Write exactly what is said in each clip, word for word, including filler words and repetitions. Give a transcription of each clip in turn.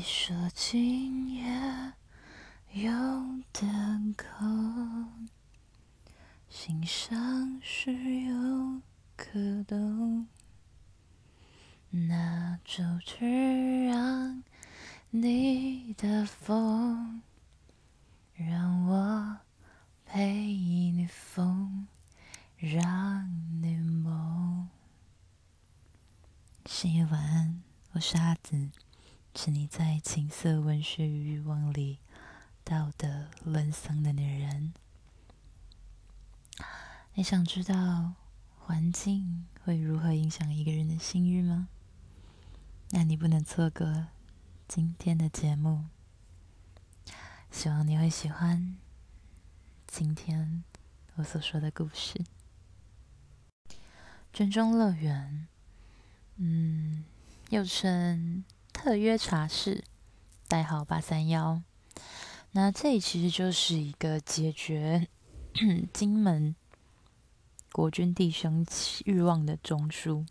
说今夜有点空，心上是有颗洞，那就去让你的风，让我陪你疯，让你梦。深夜晚安，我是阿紫，是你在情色文学与欲望里道德沦丧的女人。你想知道环境会如何影响一个人的性欲吗？那你不能错过今天的节目。希望你会喜欢今天我所说的故事。军中乐园，嗯，又称特约茶室，代号八三幺。那这里其实就是一个解决金门国军弟兄欲望的中枢。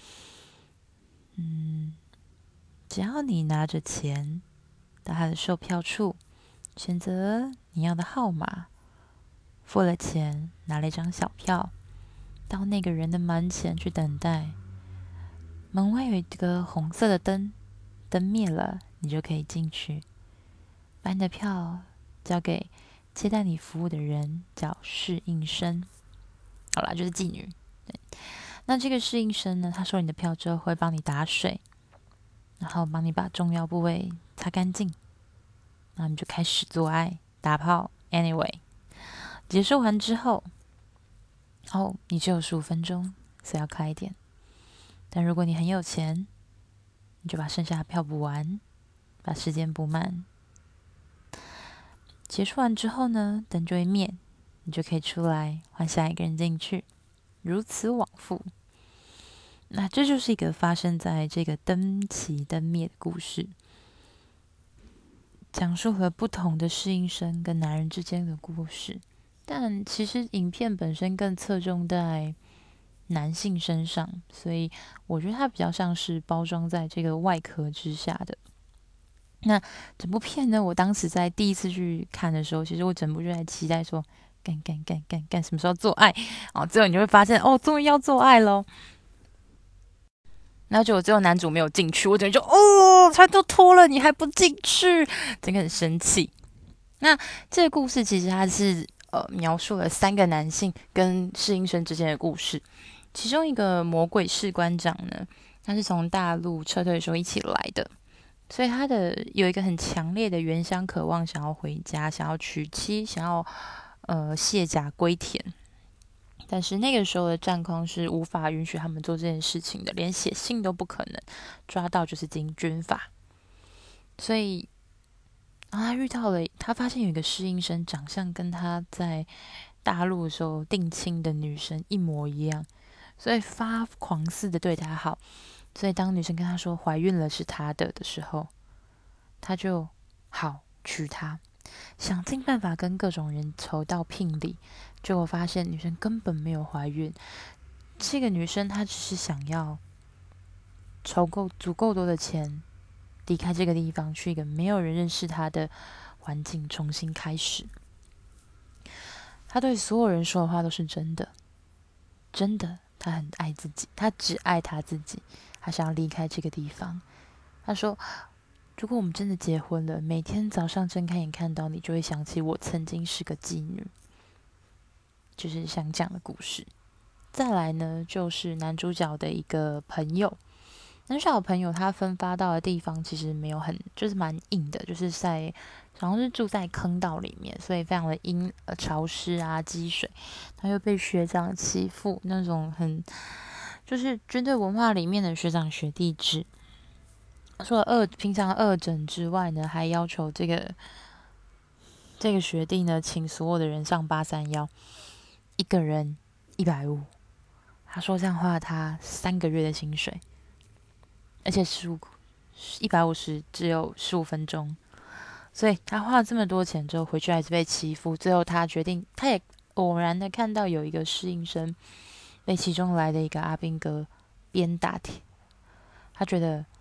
嗯，只要你拿着钱到他的售票处，选择你要的号码，付了钱，拿了一张小票，到那个人的门前去等待。门外有一个红色的灯，灯灭了，你就可以进去，把你的票交给接待你服务的人，叫侍应生。好啦，就是妓女。对，那这个侍应生呢，他收你的票之后会帮你打水，然后帮你把重要部位擦干净，然后你就开始做爱打炮。Anyway， 结束完之后，哦，你只有十五分钟，所以要快一点。但如果你很有钱，你就把剩下的票补完，把时间补满。结束完之后呢，灯就会灭，你就可以出来换下一个人进去，如此往复。那这就是一个发生在这个灯起灯灭的故事，讲述了不同的适应生跟男人之间的故事。但其实影片本身更侧重在男性身上，所以我觉得它比较像是包装在这个外壳之下的。那整部片呢，我当时在第一次去看的时候，其实我整部就在期待说，干干干干干，什么时候做爱？哦，最后你就会发现，哦，终于要做爱咯。然后结果最后男主没有进去，我整个就哦，他都脱了，你还不进去，整个很生气。那这个故事其实它是呃描述了三个男性跟适应生之间的故事。其中一个魔鬼士官长呢，他是从大陆撤退的时候一起来的，所以他的有一个很强烈的原乡渴望，想要回家，想要娶妻，想要呃卸甲归田。但是那个时候的战况是无法允许他们做这件事情的，连写信都不可能，抓到就是进军法。所以，然后他遇到了，他发现有一个适应生，长相跟他在大陆的时候定亲的女生一模一样，所以发狂似的对他好。所以当女生跟他说怀孕了是他的的时候，他就好娶她，想尽办法跟各种人筹到聘礼。结果发现女生根本没有怀孕，这个女生她只是想要筹够足够多的钱，离开这个地方，去一个没有人认识她的环境，重新开始。她对所有人说的话都是真的，真的，她很爱自己，她只爱她自己，她想要离开这个地方。她说：“如果我们真的结婚了，每天早上睁开眼看到你，就会想起我曾经是个妓女。”就是想讲的故事。再来呢，就是男主角的一个朋友。男主角的朋友他分发到的地方其实没有很，就是蛮硬的，就是在好像是住在坑道里面，所以非常的阴、呃、潮湿啊，积水。他又被学长欺负，那种很就是军队文化里面的学长学弟制。除了恶平常恶整之外呢，还要求这个这个学弟呢，请所有的人上八三幺，一个人一百五。他说这样花了他三个月的薪水，而且十五一百五十只有十五分钟，所以他花了这么多钱之后，回去还是被欺负。最后他决定，他也偶然的看到有一个适应生被其中来的一个阿兵哥鞭打，他觉得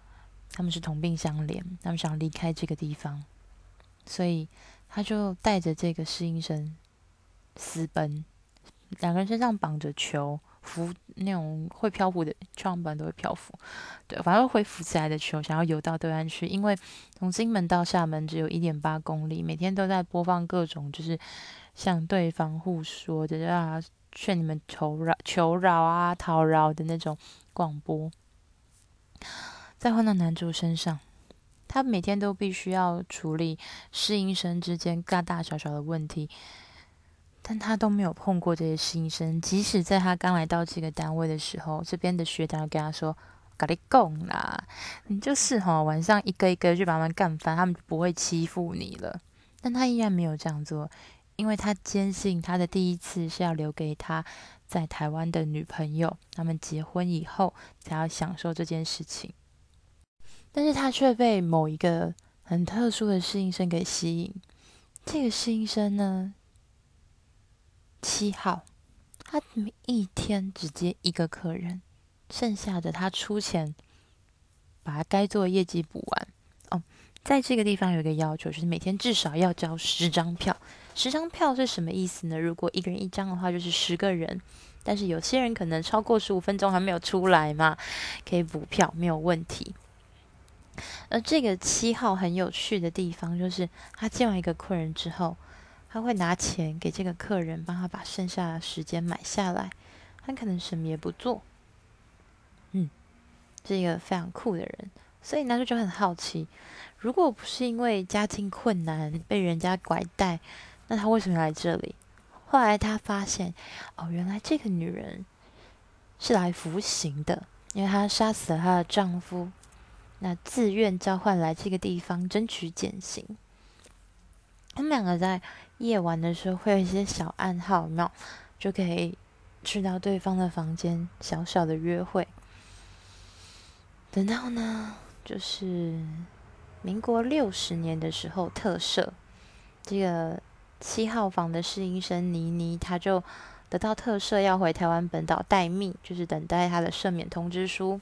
他们是同病相怜，他们想离开这个地方，所以他就带着这个适应生私奔。两个人身上绑着球，浮那种会漂浮的，创板都会漂浮，对，反正会浮起来的球，想要游到对岸去。因为从金门到厦门只有一点八公里，每天都在播放各种就是向对方互说的啊，劝你们求饶、求饶啊、讨饶的那种广播。再换到男主身上，他每天都必须要处理适应生之间大大小小的问题。但他都没有碰过这些新生，即使在他刚来到这个单位的时候，这边的学长跟他说：“跟你讲啦，你就是哈晚上一个一个去把他们干翻，他们就不会欺负你了。”但他依然没有这样做，因为他坚信他的第一次是要留给他在台湾的女朋友，他们结婚以后才要享受这件事情。但是他却被某一个很特殊的适应生给吸引。这个适应生呢，七号，他一天只接一个客人，剩下的他出钱把他该做的业绩补完。哦，在这个地方有一个要求，就是每天至少要交十张票。十张票是什么意思呢？如果一个人一张的话，就是十个人。但是有些人可能超过十五分钟还没有出来嘛，可以补票，没有问题。而这个七号很有趣的地方，就是他见完一个客人之后，他会拿钱给这个客人，帮他把剩下的时间买下来。他可能什么也不做，嗯，是一个非常酷的人。所以男主就很好奇，如果不是因为家境困难被人家拐带，那他为什么要来这里？后来他发现，哦，原来这个女人是来服刑的，因为她杀死了她的丈夫，那自愿交换来这个地方争取减刑。他们两个在夜晚的时候会有一些小暗号，有没有？就可以去到对方的房间，小小的约会。等到呢，就是民国六十年的时候，特赦这个七号房的试音生妮妮，她就得到特赦，要回台湾本岛待命，就是等待她的赦免通知书。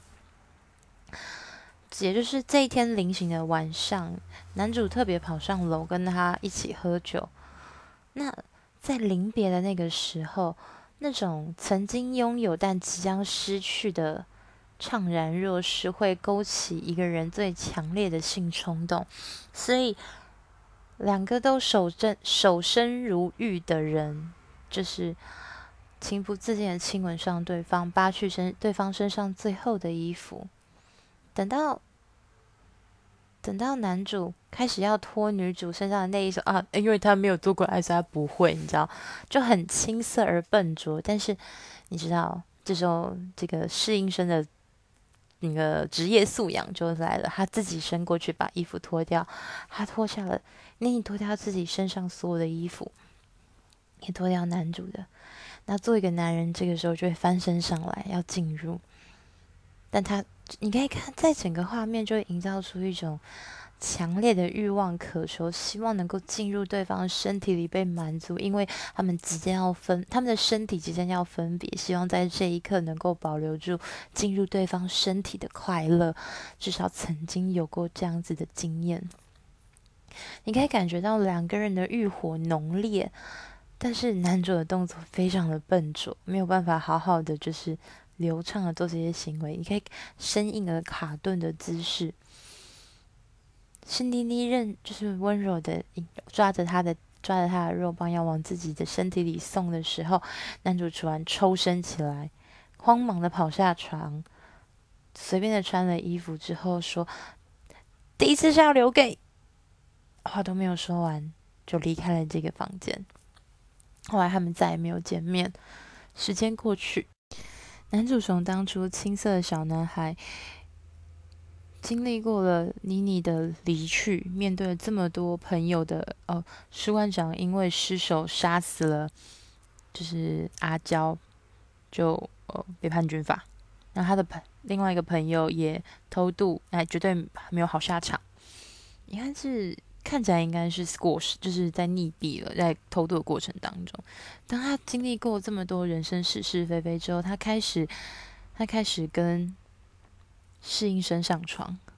也就是这一天临行的晚上，男主特别跑上楼跟他一起喝酒。那在临别的那个时候，那种曾经拥有但即将失去的怅然若失，会勾起一个人最强烈的性冲动。所以，两个都守贞守身如玉的人，就是情不自禁的亲吻上对方，扒去身对方身上最后的衣服。等到等到男主开始要脱女主身上的内衣时啊，因为他没有做过爱，所以他不会，你知道，就很青涩而笨拙。但是你知道，这时候这个适应生的那个职业素养就来了，他自己伸过去把衣服脱掉，他脱下了，那你脱掉自己身上所有的衣服，也脱掉男主的。那做一个男人，这个时候就会翻身上来要进入，但他你可以看，在整个画面就会营造出一种强烈的欲望、渴求，希望能够进入对方的身体里被满足，因为他们即将要分，他们的身体即将要分别，希望在这一刻能够保留住进入对方身体的快乐，至少曾经有过这样子的经验。你可以感觉到两个人的欲火浓烈，但是男主的动作非常的笨拙，没有办法好好的就是流畅的做这些行为。你可以生硬而卡顿的姿势，是妮妮任就是温柔的抓着他的抓着他的肉棒要往自己的身体里送的时候，男主突然抽身起来，慌忙的跑下床，随便的穿了衣服之后说：“第一次是要留给……”话都没有说完，就离开了这个房间。后来他们再也没有见面。时间过去，男主从当初青涩的小男孩，经历过了妮妮的离去，面对了这么多朋友的哦，士官长因为失手杀死了就是阿娇，就呃被判军法。然后他的朋另外一个朋友也偷渡，哎，绝对没有好下场。你看是看起来应该是过失，就是在溺毙了，在偷渡的过程当中。当他经历过这么多人生是是非非之后，他开始他开始跟适应生上床。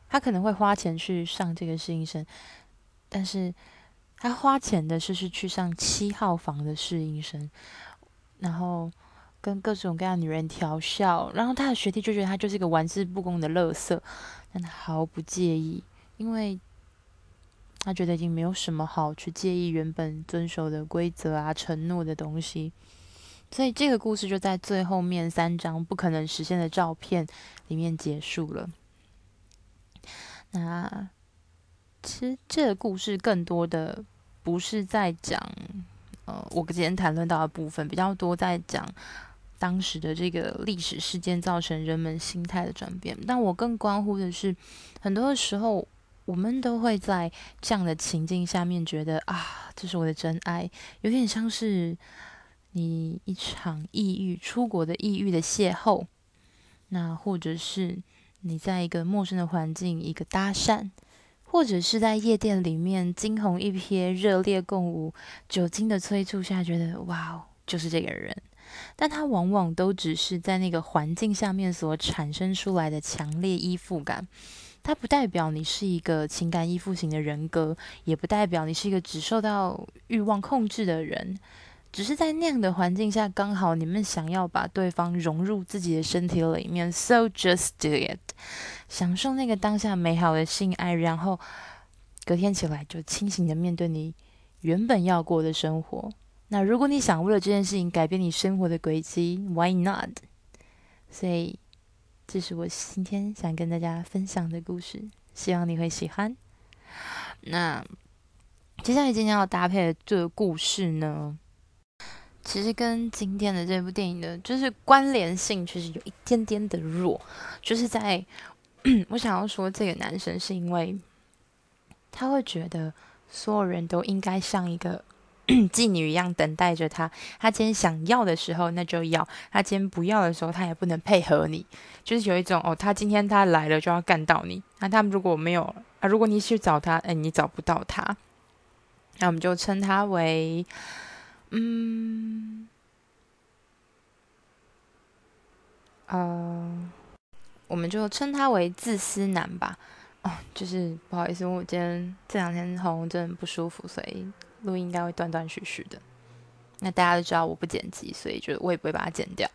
他可能会花钱去上这个试音生，但是他花钱的是是去上七号房的试音生，然后跟各种各样的女人调笑，然后他的学弟就觉得他就是一个玩世不恭的垃圾，但他毫不介意，因为他觉得已经没有什么好去介意原本遵守的规则啊、承诺的东西，所以这个故事就在最后面三张不可能实现的照片里面结束了。那其实这个故事更多的不是在讲，呃，我今天谈论到的部分，比较多在讲当时的这个历史事件造成人们心态的转变。但我更关乎的是，很多的时候我们都会在这样的情境下面觉得啊，这是我的真爱，有点像是你一场抑郁出国的抑郁的邂逅，那或者是你在一个陌生的环境一个搭讪，或者是在夜店里面惊鸿一瞥，热烈共舞，酒精的催促下觉得哇哦，就是这个人。但它往往都只是在那个环境下面所产生出来的强烈依附感，它不代表你是一个情感依附型的人格，也不代表你是一个只受到欲望控制的人，只是在那样的环境下，刚好你们想要把对方融入自己的身体里面 ，so just do it， 享受那个当下美好的性爱，然后隔天起来就清醒的面对你原本要过的生活。那如果你想为了这件事情改变你生活的轨迹 ，Why not？ 所以这是我今天想跟大家分享的故事，希望你会喜欢。那接下来今天要搭配的这个故事呢，其实跟今天的这部电影的，就是关联性其实有一点点的弱，就是在我想要说这个男生是因为他会觉得所有人都应该像一个妓女一样等待着他，他今天想要的时候那就要，他今天不要的时候他也不能配合你，就是有一种哦，他今天他来了就要干到你，那他们如果没有啊，如果你去找他，哎，你找不到他，那我们就称他为嗯呃，我们就称他为自私男吧。哦，就是不好意思，我今天这两天喉咙真的不舒服，所以录音应该会断断续续的。那大家都知道我不剪辑，所以就我也不会把它剪掉。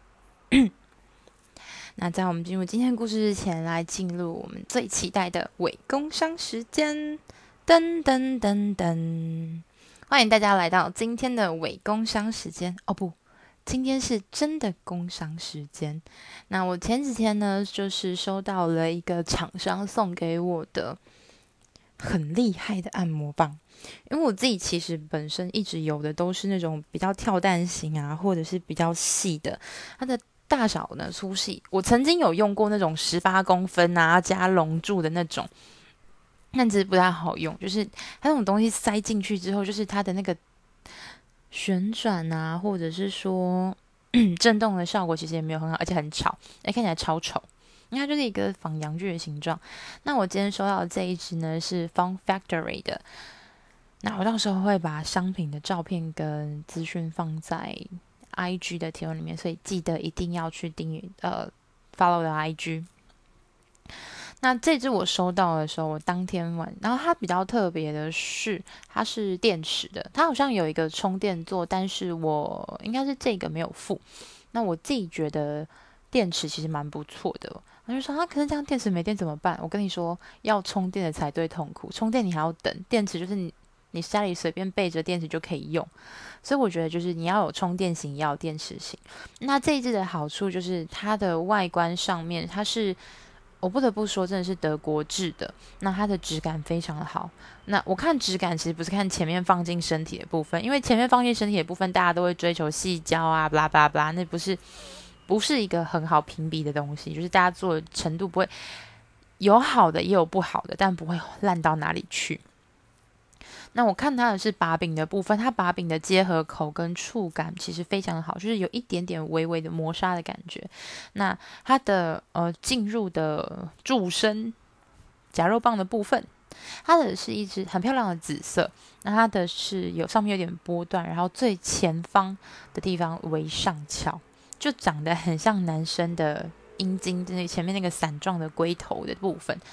那在我们进入今天故事之前，来进入我们最期待的伪工商时间。噔噔噔噔，欢迎大家来到今天的伪工商时间。哦不，今天是真的工商时间。那我前几天呢，就是收到了一个厂商送给我的很厉害的按摩棒，因为我自己其实本身一直有的都是那种比较跳蛋型啊，或者是比较细的，它的大小呢粗细，我曾经有用过那种十八公分啊加龙柱的那种，但其实不太好用，就是它那种东西塞进去之后，就是它的那个旋转啊，或者是说震动的效果其实也没有很好，而且很吵，哎，看起来超丑。因为它就是一个仿阳具的形状。那我今天收到的这一支呢是 Fun Factory 的，那我到时候会把商品的照片跟资讯放在 I G 的贴文里面，所以记得一定要去订阅呃 follow 我的 I G。那这支我收到的时候，我当天晚，然后它比较特别的是，它是电池的，它好像有一个充电座，但是我应该是这个没有附。那我自己觉得电池其实蛮不错的，我就说啊，可是这样电池没电怎么办？我跟你说，要充电的才最痛苦，充电你还要等，电池就是你你家里随便备着电池就可以用，所以我觉得就是你要有充电型，也要有电池型。那这一支的好处就是它的外观上面，它是我不得不说，真的是德国制的。那它的质感非常的好。那我看质感其实不是看前面放进身体的部分，因为前面放进身体的部分，大家都会追求细胶啊，巴拉巴拉巴拉，那不是不是一个很好评比的东西，就是大家做的程度不会有好的也有不好的，但不会烂到哪里去。那我看它的是把柄的部分，它把柄的结合口跟触感其实非常的好，就是有一点点微微的磨砂的感觉。那它的呃进入的柱身夹肉棒的部分，它的是一支很漂亮的紫色，那它的是有上面有点波段，然后最前方的地方为上翘，就长得很像男生的阴茎，就是前面那个伞状的龟头的部分。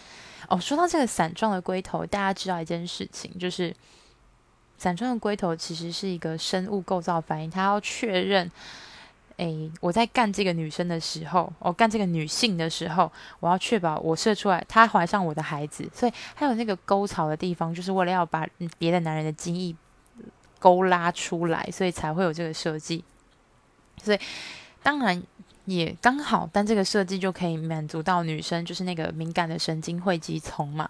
哦，说到这个伞状的龟头，大家知道一件事情，就是伞状的龟头其实是一个生物构造反应，它要确认，诶，我在干这个女生的时候，我、哦、干这个女性的时候，我要确保我射出来，她怀上我的孩子，所以还有那个沟槽的地方，就是为了要把别的男人的精液勾拉出来，所以才会有这个设计。所以当然也刚好，但这个设计就可以满足到女生就是那个敏感的神经汇集丛嘛。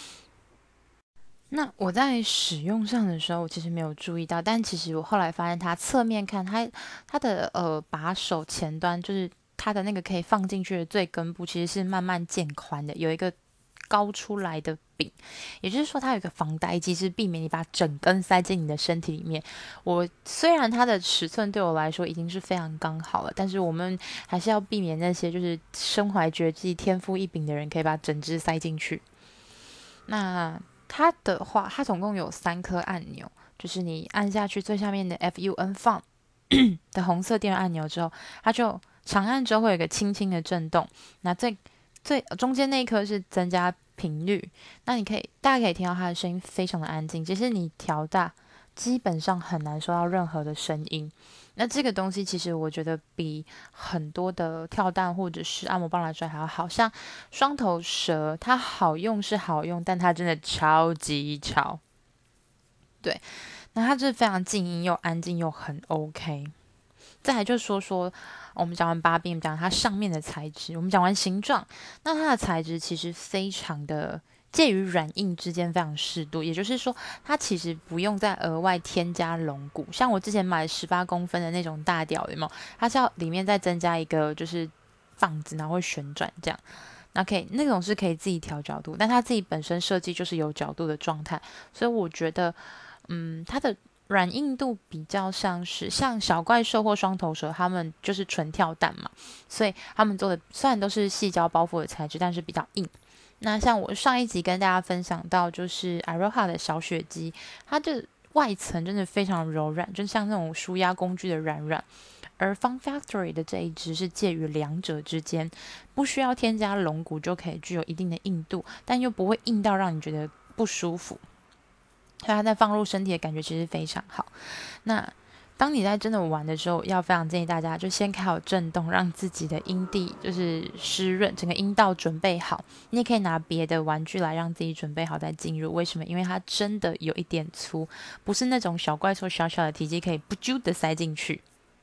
那我在使用上的时候，我其实没有注意到，但其实我后来发现，它侧面看它它的呃把手前端，就是它的那个可以放进去的最根部，其实是慢慢渐宽的，有一个高出来的柄，也就是说它有一个防呆机制，避免你把整根塞进你的身体里面。我虽然它的尺寸对我来说已经是非常刚好了，但是我们还是要避免那些就是身怀绝技、天赋异禀的人可以把整只塞进去。那它的话，它总共有三颗按钮，就是你按下去最下面的 F U N 放的红色电源按钮之后，它就长按之后会有一个轻轻的震动。那最最中间那一颗是增加频率，那你可以大家可以听到它的声音非常的安静，即使你调大，基本上很难收到任何的声音。那这个东西其实我觉得比很多的跳蛋或者是按摩棒来说还要好，像双头蛇，它好用是好用，但它真的超级吵。对，那它就是非常静音又安静又很 OK。再来就说说，我们讲完把柄，讲它上面的材质，我们讲完形状，那它的材质其实非常的介于软硬之间，非常适度。也就是说，它其实不用再额外添加龙骨，像我之前买十八公分的那种大屌，有没有？它是要里面再增加一个就是棒子，然后会旋转这样。那可以，那种是可以自己调角度，但它自己本身设计就是有角度的状态，所以我觉得，嗯，它的软硬度比较像是像小怪兽或双头蛇，他们就是纯跳蛋嘛，所以他们做的虽然都是细胶包覆的材质，但是比较硬。那像我上一集跟大家分享到，就是 Iroha 的小雪肌，它的外层真的非常柔软，就像那种舒压工具的软软。而 Fun Factory 的这一支是介于两者之间，不需要添加龙骨就可以具有一定的硬度，但又不会硬到让你觉得不舒服。所以它在放入身体的感觉其实非常好。那当你在真的玩的时候，要非常建议大家就先开好震动，让自己的阴蒂就是湿润，整个阴道准备好。你也可以拿别的玩具来让自己准备好再进入。为什么？因为它真的有一点粗，不是那种小怪兽小小的体积可以不啾的塞进去。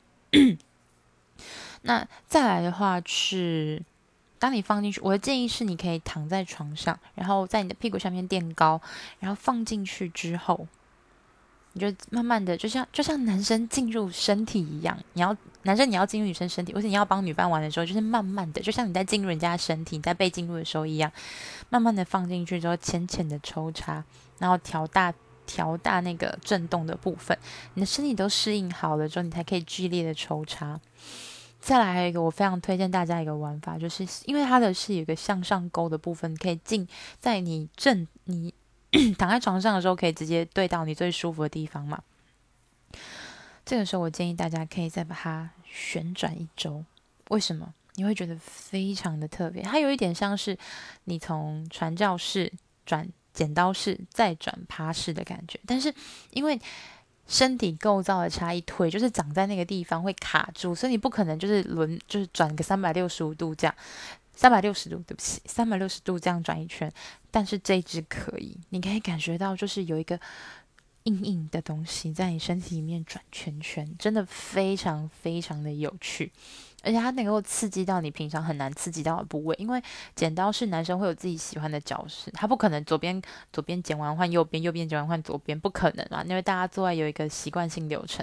那再来的话是，当你放进去，我的建议是你可以躺在床上，然后在你的屁股下面垫高，然后放进去之后，你就慢慢的，就像就像男生进入身体一样，你要男生你要进入女生身体，或者你要帮女伴玩的时候，就是慢慢的，就像你在进入人家的身体，你在被进入的时候一样，慢慢的放进去之后，浅浅的抽插，然后调大调大那个震动的部分，你的身体都适应好了之后，你才可以剧烈的抽插。再来还有一个我非常推荐大家一个玩法，就是因为它的是有一个向上勾的部分，可以进在你正你躺在床上的时候，可以直接对到你最舒服的地方嘛。这个时候我建议大家可以再把它旋转一周。为什么？你会觉得非常的特别，它有一点像是你从传教士转剪刀式再转趴式的感觉，但是因为身体构造的差异，腿就是长在那个地方会卡住，所以你不可能就是轮就是转个三百六十五度这样，三百六十度，对不起，三百六十度这样转一圈。但是这一只可以，你可以感觉到就是有一个硬硬的东西在你身体里面转圈圈，真的非常非常的有趣。而且它能够刺激到你平常很难刺激到的部位，因为剪刀是男生会有自己喜欢的角式，他不可能左边左边剪完换右边，右边剪完换左边，不可能啊，因为大家做爱有一个习惯性流程，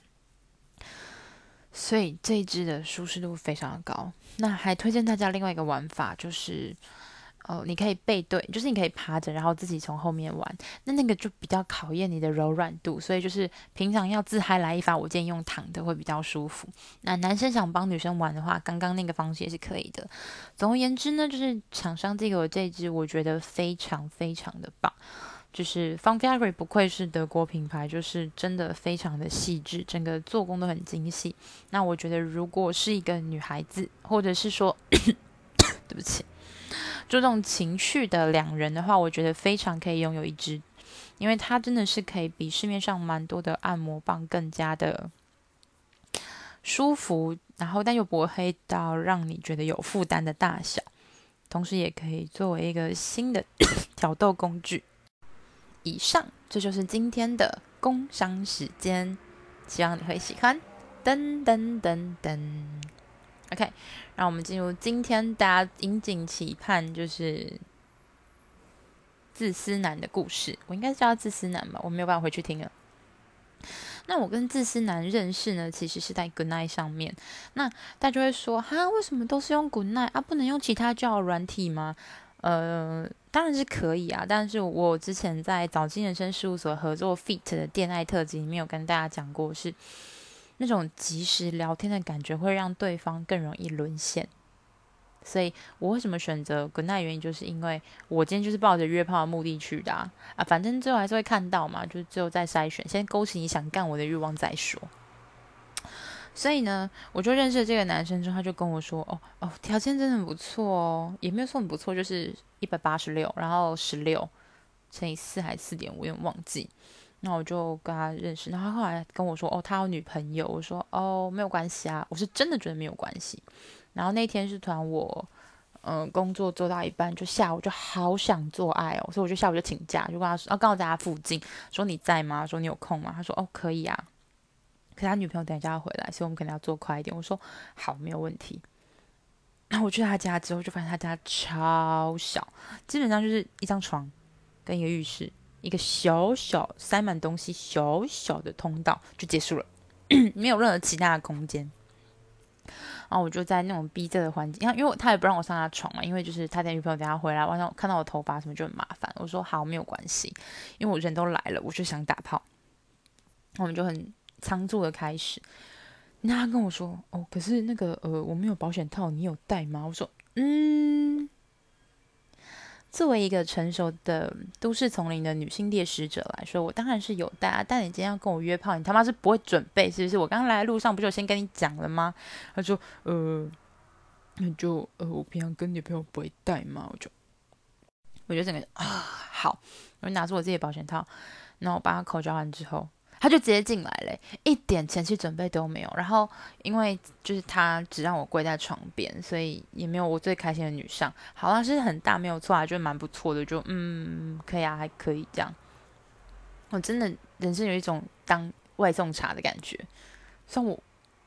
所以这一支的舒适度非常的高。那还推荐大家另外一个玩法，就是哦，你可以背对，就是你可以趴着，然后自己从后面玩。那那个就比较考验你的柔软度，所以就是平常要自嗨来一发，我建议用躺的会比较舒服。那男生想帮女生玩的话，刚刚那个方式也是可以的。总而言之呢，就是厂商这个我这一支，我觉得非常非常的棒。就是 Fun Factory 不愧是德国品牌，就是真的非常的细致，整个做工都很精细。那我觉得如果是一个女孩子，或者是说，对不起。 注重情绪的两人的话，我觉得非常可以拥有一支，因为它真的是可以比市面上蛮多的按摩棒更加的舒服，然后但又不会黑到让你觉得有负担的大小，同时也可以作为一个新的挑逗工具。以上，这就是今天的工商时间，希望你会喜欢。噔噔噔噔 ，OK， 让我们进入今天大家引颈期盼，就是自私男的故事。我应该是叫他自私男吧，我没有办法回去听了。那我跟自私男认识呢，其实是在 Goodnight 上面。那大家就会说，哈，为什么都是用 Goodnight 啊？不能用其他交友软体吗？呃，当然是可以啊。但是我之前在早金人生事务所合作 Fit 的恋爱特辑里面有跟大家讲过，是那种即时聊天的感觉会让对方更容易沦陷。所以我为什么选择 Goodnight 原因就是因为我今天就是抱着约炮的目的去的啊，啊反正最后还是会看到嘛，就最后再筛选，先勾起你想干我的欲望再说。所以呢，我就认识了这个男生之后，他就跟我说，哦哦，条件真的很不错哦，也没有说很不错，就是一百八十六，然后十六乘以四还是四点五，有点忘记。那我就跟他认识，然后他后来跟我说，哦，他有女朋友。我说，哦，没有关系啊，我是真的觉得没有关系。然后那天是突然我，嗯、呃，工作做到一半，就下午就好想做爱哦，所以我就下午就请假，就跟他说，啊，刚好在他附近，说你在吗？说你有空吗？他说，哦，可以啊。可是他女朋友等一下要回来，所以我们可能要做快一点。我说好，没有问题。然后我去他家之后，就发现他家超小，基本上就是一张床跟一个浴室，一个小小塞满东西小小的通道就结束了，没有任何其他的空间。然后我就在那种逼仄的环境，因为他也不让我上他床嘛，因为就是他的女朋友等下回来，晚上看到我头发什么就很麻烦。我说好，没有关系，因为我人都来了，我就想打炮。我们就很仓促的开始。那他跟我说，哦，可是那个呃，我没有保险套，你有带吗？我说，嗯，作为一个成熟的都市丛林的女性猎食者来说，我当然是有带啊。但你今天要跟我约炮，你他妈是不会准备是不是？我刚刚来的路上不就先跟你讲了吗？他说，呃，那就呃，我平常跟女朋友不会带嘛，我就我就整个啊好，我就拿出我自己的保险套，然后我帮他口交完之后，他就直接进来了，一点前期准备都没有。然后因为就是他只让我跪在床边，所以也没有我最开心的女上，好像是很大没有错啊，就蛮不错的，就嗯可以啊，还可以这样。我真的人生有一种当外送茶的感觉，像我，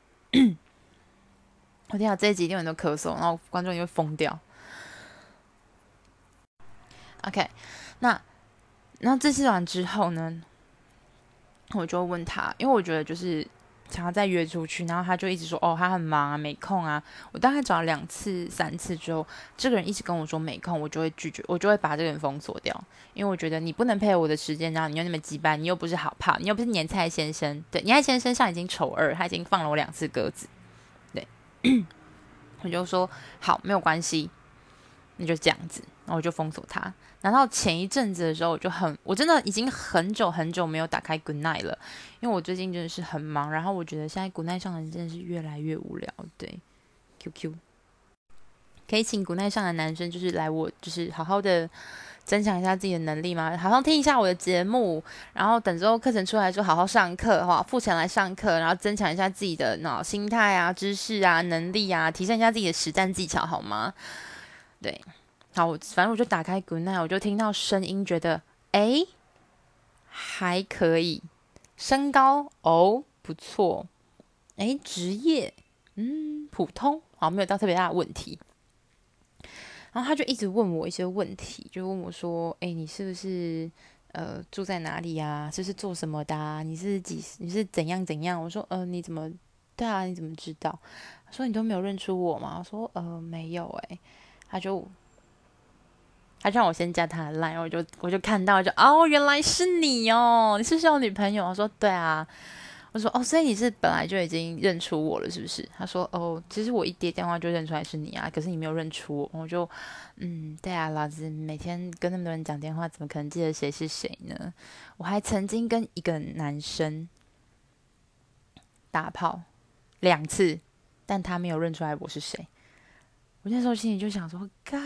我天啊，这一集一定有人都咳嗽，然后观众也会疯掉。OK，那然后这次完之后呢，我就问他，因为我觉得就是想要再约出去，然后他就一直说哦，他很忙啊，没空啊。我大概找了两次、三次之后，这个人一直跟我说没空，我就会拒绝，我就会把这个人封锁掉，因为我觉得你不能配合我的时间，然后你又那么鸡掰，你又不是好炮，你又不是年菜先生，对，年菜先生上已经丑二，他已经放了我两次鸽子，对，我就说好，没有关系，那就这样子，然后我就封锁他。然后前一阵子的时候，我就很，我真的已经很久很久没有打开 Goodnight 了，因为我最近真的是很忙。然后我觉得现在 Goodnight 上的人真的是越来越无聊。对，Q Q 可以请 Goodnight 上的男生就是来我就是好好的增强一下自己的能力吗？好好听一下我的节目，然后等之后课程出来就好好上课哈，付钱来上课，然后增强一下自己的脑心态啊、知识啊、能力啊，提升一下自己的实战技巧好吗？对。好，反正我就打开 Goodnight，我就听到声音，觉得诶还可以，身高哦不错，诶职业嗯普通，好没有到特别大的问题。然后他就一直问我一些问题，就问我说，诶你是不是呃住在哪里呀、啊？这是做什么的、啊？你是几你是怎样怎样？我说呃你怎么对啊你怎么知道？他说你都没有认出我吗？我说呃没有诶、他就他就让我先加他的 line，我就我就看到就哦，原来是你哦，你是不是有女朋友？我说对啊，我说哦，所以你是本来就已经认出我了，是不是？他说哦，其实我一接电话就认出来是你啊，可是你没有认出我，我就嗯，对啊，老子每天跟那么多人讲电话，怎么可能记得谁是谁呢？我还曾经跟一个男生打炮两次，但他没有认出来我是谁。我那时候心里就想说，干。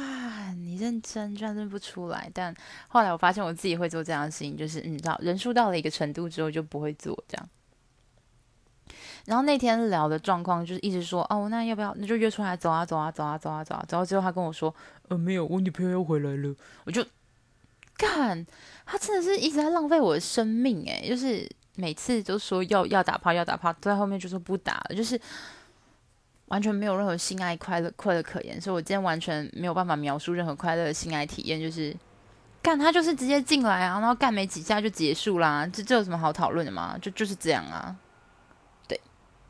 干你认真居然认不出来。但后来我发现我自己会做这样的事情，就是嗯，知道人数到了一个程度之后就不会做这样。然后那天聊的状况就是一直说哦，那要不要那就约出来走啊走啊走啊走啊走啊，走到最后他跟我说呃没有，我女朋友要回来了，我就干，他真的是一直在浪费我的生命诶，就是每次都说要要打炮要打炮，在后面就说不打了，就是完全没有任何性爱快乐快乐可言，所以我今天完全没有办法描述任何快乐的性爱体验，就是干他就是直接进来啊，然后干没几下就结束啦，这这有什么好讨论的吗？就就是这样啊。对，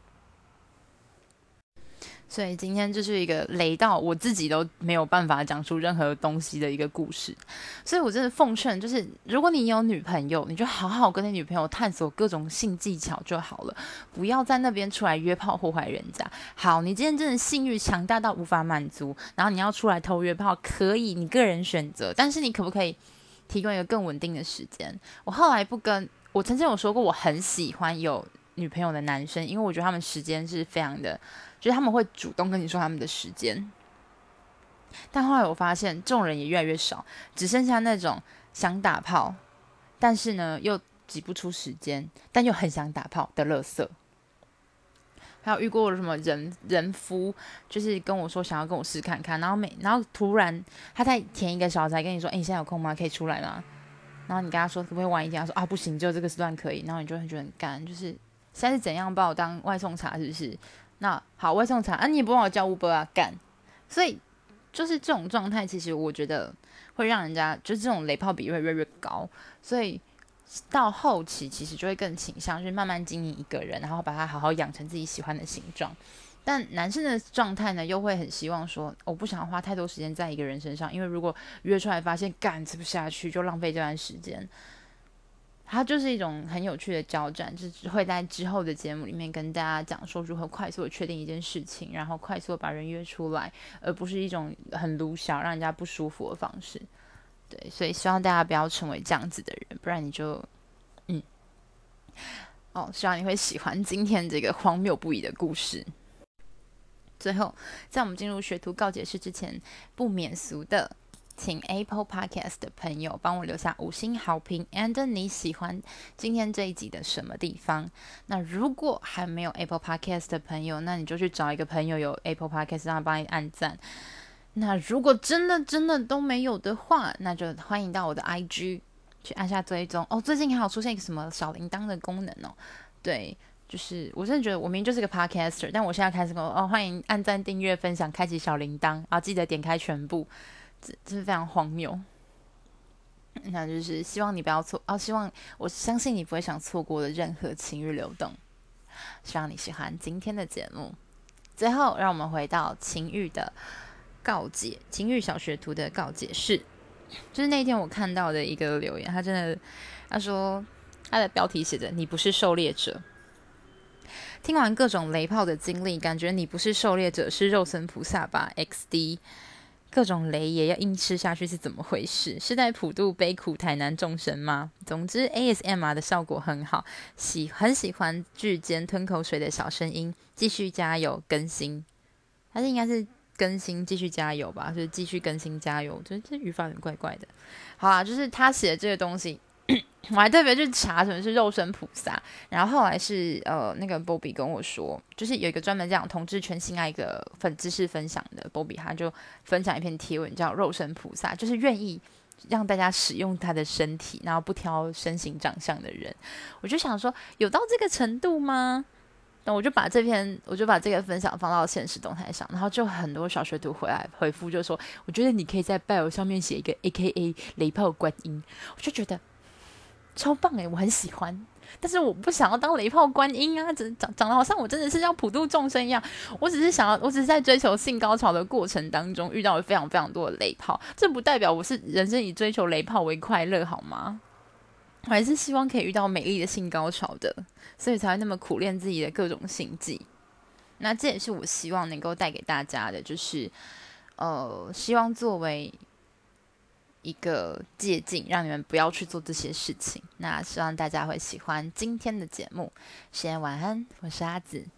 所以今天就是一个雷到我自己都没有办法讲出任何东西的一个故事，所以我真的奉劝，就是如果你有女朋友，你就好好跟你女朋友探索各种性技巧就好了，不要在那边出来约炮祸害人家。好，你今天真的性欲强大到无法满足，然后你要出来偷约炮，可以，你个人选择，但是你可不可以提供一个更稳定的时间？我后来不跟我曾经有说过，我很喜欢有女朋友的男生，因为我觉得他们时间是非常的。就是他们会主动跟你说他们的时间，但后来我发现这种人也越来越少，只剩下那种想打炮，但是呢又挤不出时间，但又很想打炮的垃圾。还有遇过什么人人夫，就是跟我说想要跟我试看看，然后每然后突然他在前一个小时才跟你说，哎、欸，你现在有空吗？可以出来吗？然后你跟他说可不可以晚一点？他说啊不行，只有这个时段可以。然后你就会觉得很干，就是现在是怎样把我当外送茶是不是？那好，外送茶啊，你也不帮我叫 Uber 啊，干。所以就是这种状态，其实我觉得会让人家就是这种雷炮比越来越越高，所以到后期其实就会更倾向就是慢慢经营一个人，然后把他好好养成自己喜欢的形状。但男生的状态呢，又会很希望说，我不想花太多时间在一个人身上，因为如果约出来发现干吃不下去，就浪费这段时间。它就是一种很有趣的交战，就是会在之后的节目里面跟大家讲说如何快速的确定一件事情，然后快速的把人约出来，而不是一种很鲁小让人家不舒服的方式。对，所以希望大家不要成为这样子的人，不然你就嗯哦，希望你会喜欢今天这个荒谬不已的故事。最后，在我们进入学徒告解室之前，不免俗的。请 Apple Podcast 的朋友帮我留下五星好评 and 你喜欢今天这一集的什么地方。那如果还没有 Apple Podcast 的朋友，那你就去找一个朋友有 Apple Podcast 让他帮你按赞。那如果真的真的都没有的话，那就欢迎到我的 I G 去按下追踪哦。最近还有出现一个什么小铃铛的功能哦，对，就是我真的觉得我明明就是个 podcaster， 但我现在开始跟我哦，欢迎按赞、订阅、分享、开启小铃铛，然后记得点开全部。这这是非常荒谬，那就是希望你不要错哦，希望我相信你不会想错过的任何情欲流动。希望你喜欢今天的节目。最后，让我们回到情欲的告解，情欲小学徒的告解室。就是那天我看到的一个留言，他真的他说他的标题写着"你不是狩猎者"。听完各种雷炮的经历，感觉你不是狩猎者，是肉身菩萨吧 ？X D。各种雷也要硬吃下去是怎么回事？是在普渡悲苦台南众生吗？总之 A S M R 的效果很好，喜很喜欢剧间吞口水的小声音，继续加油更新。还是应该是更新继续加油吧，就是继续更新加油。我觉得这语法有点怪怪的。好啦，就是他写的这个东西。我还特别去查什么是肉身菩萨，然后后来是呃那个 Bobby 跟我说，就是有一个专门讲同志圈性爱一个粉知识分享的 Bobby， 他就分享一篇贴文叫肉身菩萨，就是愿意让大家使用他的身体，然后不挑身形长相的人。我就想说，有到这个程度吗？那我就把这篇，我就把这个分享放到现实动态上，然后就很多小学徒回来回复，就说，我觉得你可以在 bio 上面写一个 A K A 雷炮观音，我就觉得。超棒哎，我很喜欢，但是我不想要当雷炮观音啊，长长得好像我真的是要普度众生一样。我只是想要，我只是在追求性高潮的过程当中遇到了非常非常多的雷炮，这不代表我是人生以追求雷炮为快乐好吗？我还是希望可以遇到美丽的性高潮的，所以才会那么苦练自己的各种性技。那这也是我希望能够带给大家的，就是呃，希望作为。一个借鉴，让你们不要去做这些事情。那希望大家会喜欢今天的节目。先晚安，我是阿紫。